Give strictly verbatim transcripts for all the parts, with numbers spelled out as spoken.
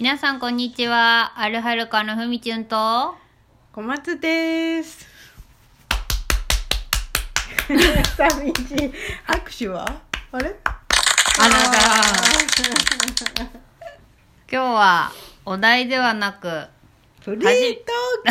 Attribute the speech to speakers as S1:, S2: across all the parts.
S1: 皆さんこんにちは。アルハルカのふみちゅんと
S2: 小松です。寂しい。拍手はあれ？
S1: あらだ。今日はお題ではなく
S2: フリート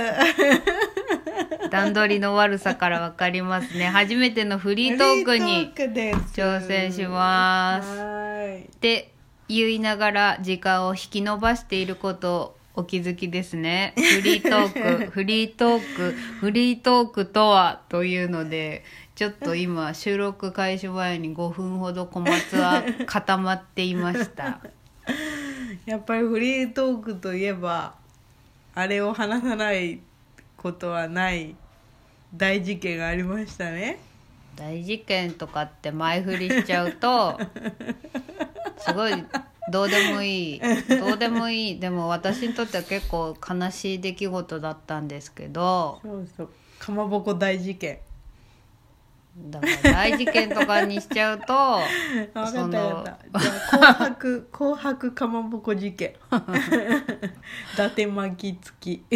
S2: ーク。
S1: 段取りの悪さからわかりますね。初めてのフリートークに挑戦します。
S2: はい
S1: って言いながら時間を引き延ばしていることをお気づきですね。フリートークフリートークフリートークとはというので、ちょっと今収録開始前にごふんほど小松は固まっていました。
S2: やっぱりフリートークといえばあれを話さないことはない大事件がありましたね。
S1: 大事件とかって前振りしちゃうとすごいどうでもいいどうでもいいでも私にとっては結構悲しい出来事だったんですけど、
S2: そうそう、かまぼこ大事件
S1: だから大事件とかにしちゃうと
S2: 分かった分かった。じゃあ紅白紅白かまぼこ事件伊達巻き付き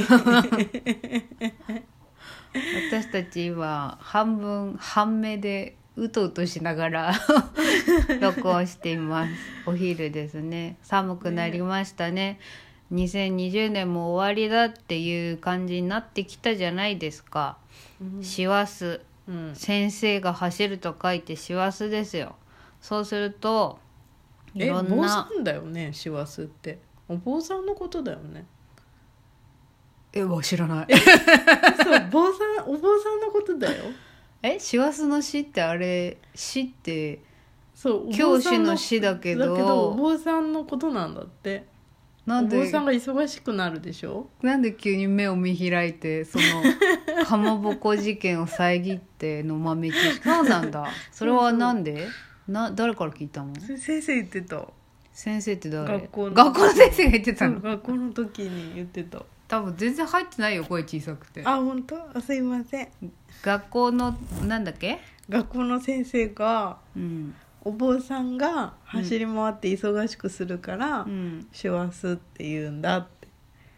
S1: 私たち今半分半目でうとうとしながら録音しています。お昼ですね。寒くなりましたね。にせんにじゅうねんも終わりだっていう感じになってきたじゃないですか。師走、うん、先生が走ると書いて師走ですよ。そうするといろんな、
S2: え、坊さんだよね、師走って。お坊さんのことだよね。
S1: え、わ知らない。
S2: そう、坊さん、お坊さんのことだよ。
S1: え、師走の師ってあれ、師って
S2: そう、
S1: 教師の師だけど、
S2: だけどお坊さんのことなんだって。なんでお坊さんが忙しくなるでしょ。
S1: なんで急に目を見開いてそのかまぼこ事件を遮っての豆知識。そうなんだ。それはなんでな、誰から聞いたの？
S2: 先生言ってた。
S1: 先生って誰？
S2: 学校の
S1: 学校の先生が言ってたの？
S2: 学校の時に言ってた。
S1: 多分全然入ってないよ、声小さくて。
S2: あ、本当？あ、すいません。
S1: 学校のなんだっけ？
S2: 学校の先生が、うん、お坊さんが走り回って忙しくするから、うん、師走って言うんだって、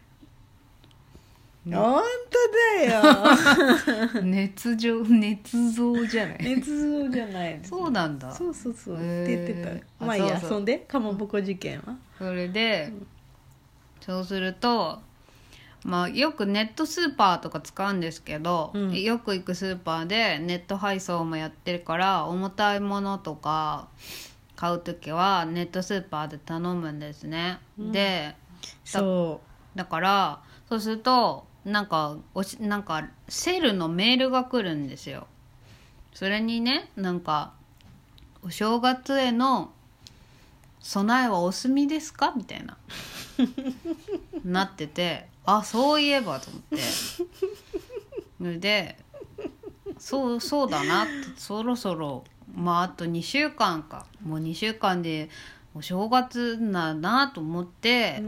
S2: うん、本当だよ。
S1: 熱情捏造じゃない？
S2: 捏造じゃないです。
S1: そうなんだ。
S2: そうそうそうって言ってた。まあいいや。そんでかまぼこ事件は
S1: それで、うん、そうするとまあ、よくネットスーパーとか使うんですけど、うん、よく行くスーパーでネット配送もやってるから重たいものとか買うときはネットスーパーで頼むんですね、うん、でだ、そうだからそうするとなんかおしなんかセールのメールが来るんですよ。それにね、なんかお正月への備えはお済みですかみたいななってて、あ、そういえばと思ってそれでそうそうだなって、そろそろまああとにしゅうかんか、もうにしゅうかんでお正月だなと思って、うん、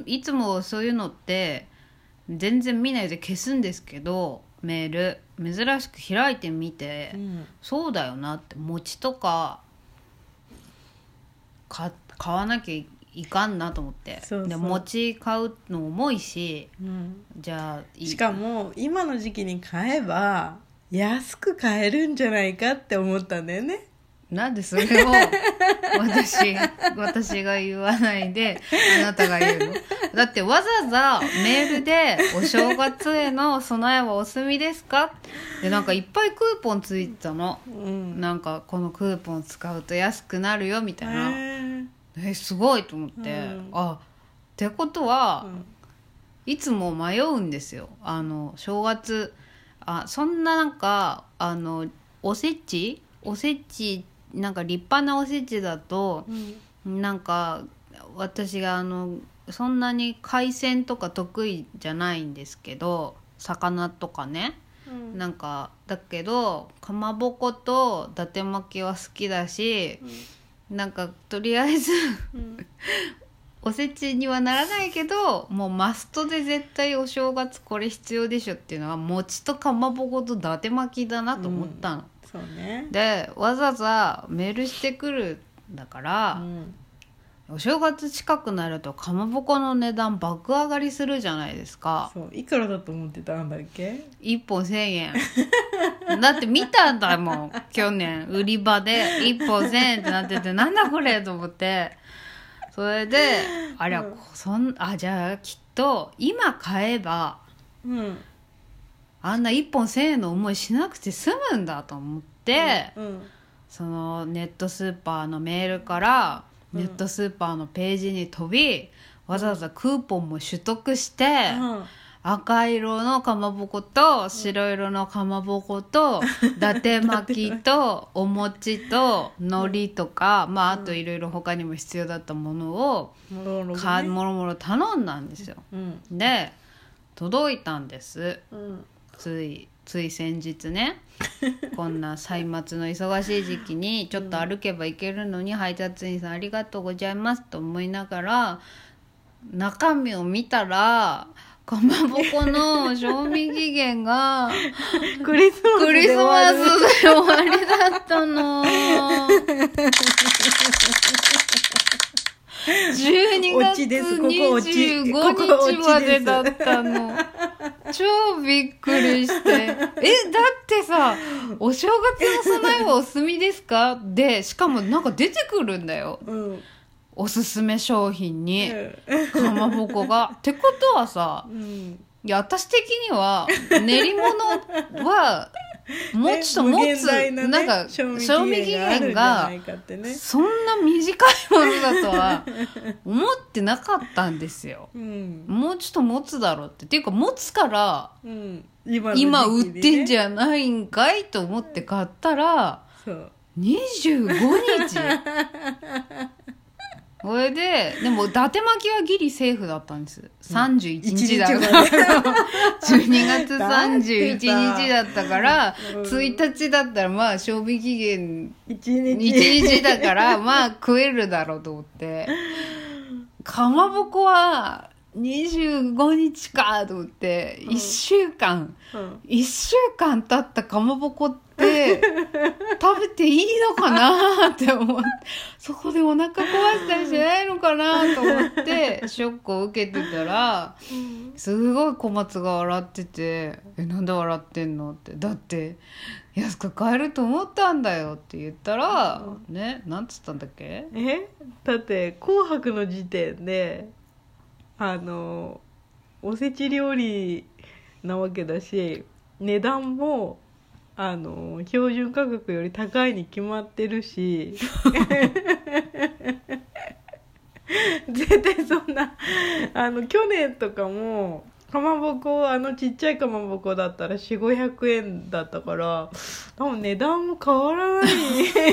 S1: いつもそういうのって全然見ないで消すんですけど、メール珍しく開いてみて、うん、そうだよなって、餅とか買わなきゃいかんなと思って。そうそう、で餅買うの重いし、うん、じゃあ
S2: しかも今の時期に買えば安く買えるんじゃないかって思ったんだよね。
S1: なんでそれを私私が言わないであなたが言うの？だってわざわざメールでお正月への備えはお済みですかで、なんかいっぱいクーポンついてたの、うん、なんかこのクーポン使うと安くなるよみたいな。えすごいと思って、うん、あってことは、うん、いつも迷うんですよ。あの正月あそんななんかあのおせちおせちなんか立派なおせちだと、うん、なんか私があのそんなに海鮮とか得意じゃないんですけど、魚とかね、うん、なんかだけどかまぼこと伊達巻きは好きだし、うん、なんかとりあえず、うん、おせちにはならないけどもうマストで絶対お正月これ必要でしょっていうのは餅とかまぼこと伊達巻きだなと思ったの、うんそうね、でわざわざメールしてくるんだから、うん、 お正月近くなるとかまぼこの値段爆上がりするじゃないですか。
S2: そういくらだと思ってたんだっけ？
S1: いっぽんせんえんだって見たんだもん去年売り場でいっぽんせんえんってなっててなんだこれと思って、それでありゃ、うん、そんあじゃあきっと今買えば、うん、あんないっぽんせんえんの思いしなくて済むんだと思って、うんうん、そのネットスーパーのメールからネットスーパーのページに飛び、わざわざクーポンも取得して、うん、赤色のかまぼこと白色のかまぼこと伊達巻きとお餅と海苔とか、まああといろいろ他にも必要だったものをもろもろ頼んだんですよ、うん、で届いたんです、うん、ついつい先日ねこんな歳末の忙しい時期にちょっと歩けば行けるのに、うん、配達員さんありがとうございますと思いながら中身を見たらかまぼこの賞味期限が
S2: クリスマスで終わる
S1: クリスマスで終わりだったのじゅうにがつにじゅうごにちまでだったの。超びっくりして。え、だってさ、お正月の備えはお済みですかで、しかもなんか出てくるんだよ。うん、おすすめ商品に、かまぼこが。ってことはさ、うん、いや、私的には、練り物は、もうちょっと持つ、ね、なんか賞味期限がそんな短いものだとは思ってなかったんですよ、うん、もうちょっと持つだろうってっていうか持つから、うん、今, ね、今売ってんじゃないんかいと思って買ったらそうにじゅうごにちこれででも伊達巻きはギリセーフだったんです。さんじゅういちにちだからじゅうにがつさんじゅういちにちだったからついたちだったらまあ賞味期限いちにちだからまあ食えるだろうと思ってかまぼこはにじゅうごにちかと思っていっしゅうかん、うんうん、いっしゅうかん経ったかまぼこって食べていいのかなって思ってそこでお腹壊したりしないのかなと思ってショックを受けてたらすごい小松が笑っててえなんで笑ってんのってだって安く買えると思ったんだよって言ったら、うん、ねなんつったんだっけ
S2: えだって紅白の時点であのおせち料理なわけだし値段もあの標準価格より高いに決まってるし絶対そんなあの去年とかもかまぼこあのちっちゃいかまぼこだったら よんひゃくごひゃくえんだったから多分値段も変わらない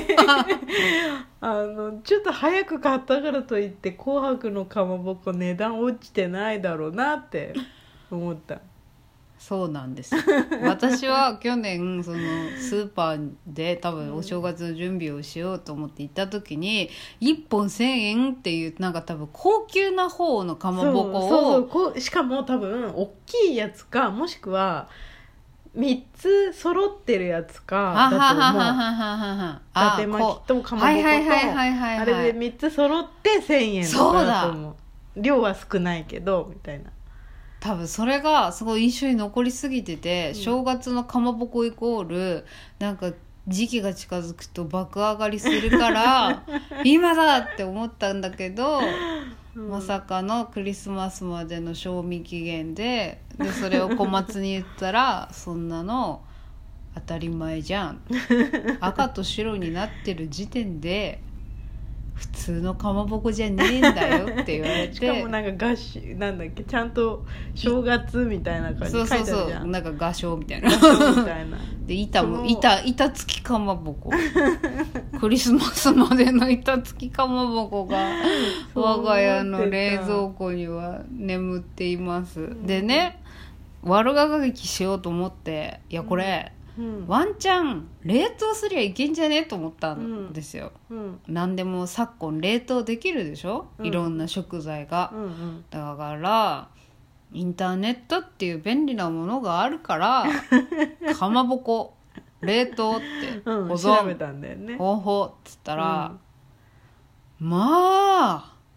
S2: あのちょっと早く買ったからといって紅白のかまぼこ値段落ちてないだろうなって思った
S1: そうなんです私は去年そのスーパーで多分お正月の準備をしようと思って行った時にいっぽんせんえんっていうなんか多分高級な方のかまぼこを
S2: そうそうこうしかも多分大きいやつかもしくはみっつ揃ってるやつかだと思う伊達巻きとかまぼことあれでみっつ揃ってせんえんとかだと思う量は少ないけどみたいな
S1: 多分それがすごい印象に残りすぎてて、うん、正月のかまぼこイコールなんか時期が近づくと爆上がりするから今だって思ったんだけど、うん、まさかのクリスマスまでの賞味期限で、でそれを小松に言ったらそんなの当たり前じゃん赤と白になってる時点で普通のかまぼこじゃねえんだよって言われて
S2: しかもなんか合唱なんだっけちゃんと正月みたいな感じで書いてあるじゃん。そうそうそう
S1: なんか画商みたいな
S2: 画商みたいな
S1: で板も板板付きかまぼこクリスマスまでの板付きかまぼこが我が家の冷蔵庫には眠っています。でね悪ががきしようと思っていやこれ、うん、ワンチャン冷凍すりゃいけんじゃねと思ったんですよ、うんうん、何でも昨今冷凍できるでしょ、うん、いろんな食材が、うんうん、だからインターネットっていう便利なものがあるからかまぼこ冷凍って保存、
S2: うん、調べたんだよね
S1: 方法っつったら、うん、まあ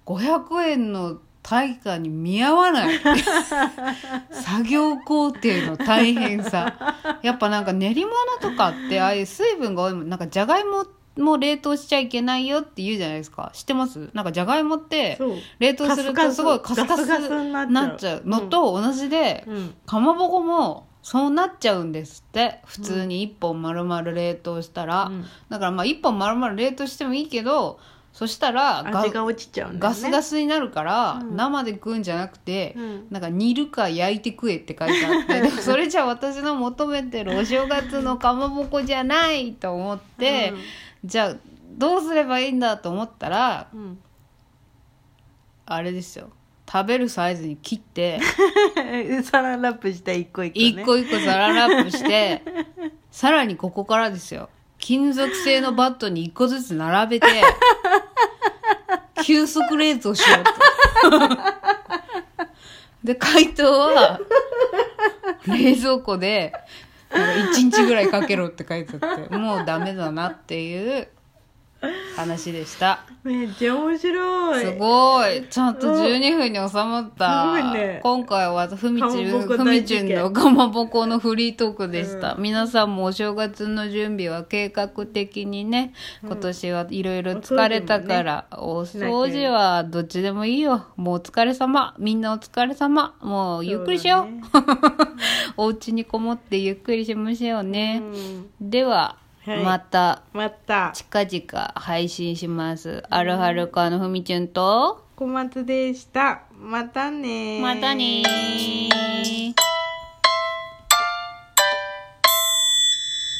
S1: ごひゃくえんの対価に見合わない作業工程の大変さ。やっぱなんか練り物とかってああいう水分が多いもん、なんかじゃがいもも冷凍しちゃいけないよって言うじゃないですか。知ってます？なんかじゃがいもって冷凍するとすごいカスカスになっちゃうのと同じで、うん、かまぼこもそうなっちゃうんですって。普通にいっぽん丸々冷凍したら、うん、だからまあいっぽん丸々冷凍してもいいけど、そしたら
S2: 味が落ちちゃうんだよね。
S1: ガスガスになるから、うん、生で食うんじゃなくて、うん、なんか煮るか焼いて食えって書いてあってでもそれじゃ私の求めてるお正月のかまぼこじゃないと思って、うん、じゃあどうすればいいんだと思ったら、うん、あれですよ、食べるサイズに切って
S2: サランラップして一個一個、ね、
S1: 一個一個サランラップしてさらにここからですよ、金属製のバットに一個ずつ並べて急速冷凍しようとで解凍は冷蔵庫でいちにちぐらいかけろって書いてあって、もうダメだなっていう話でした。
S2: めっちゃ面白い。
S1: すごい。ちゃんとじゅうにふんに収まった。すごいね。今回はふみちゅん、ふみちゅんのかまぼこのフリートークでした。うん、皆さんもお正月の準備は計画的にね、今年はいろいろ疲れたから、うん、お掃除はどっちでもいいよ。もうお疲れ様。みんなお疲れ様。もうゆっくりしよう。うね、お家にこもってゆっくりしましょうね。うん、では、はい、また、
S2: また、
S1: 近々配信します。アルハルカのふみちゅんと、
S2: 小松でした。またねー。
S1: またねー。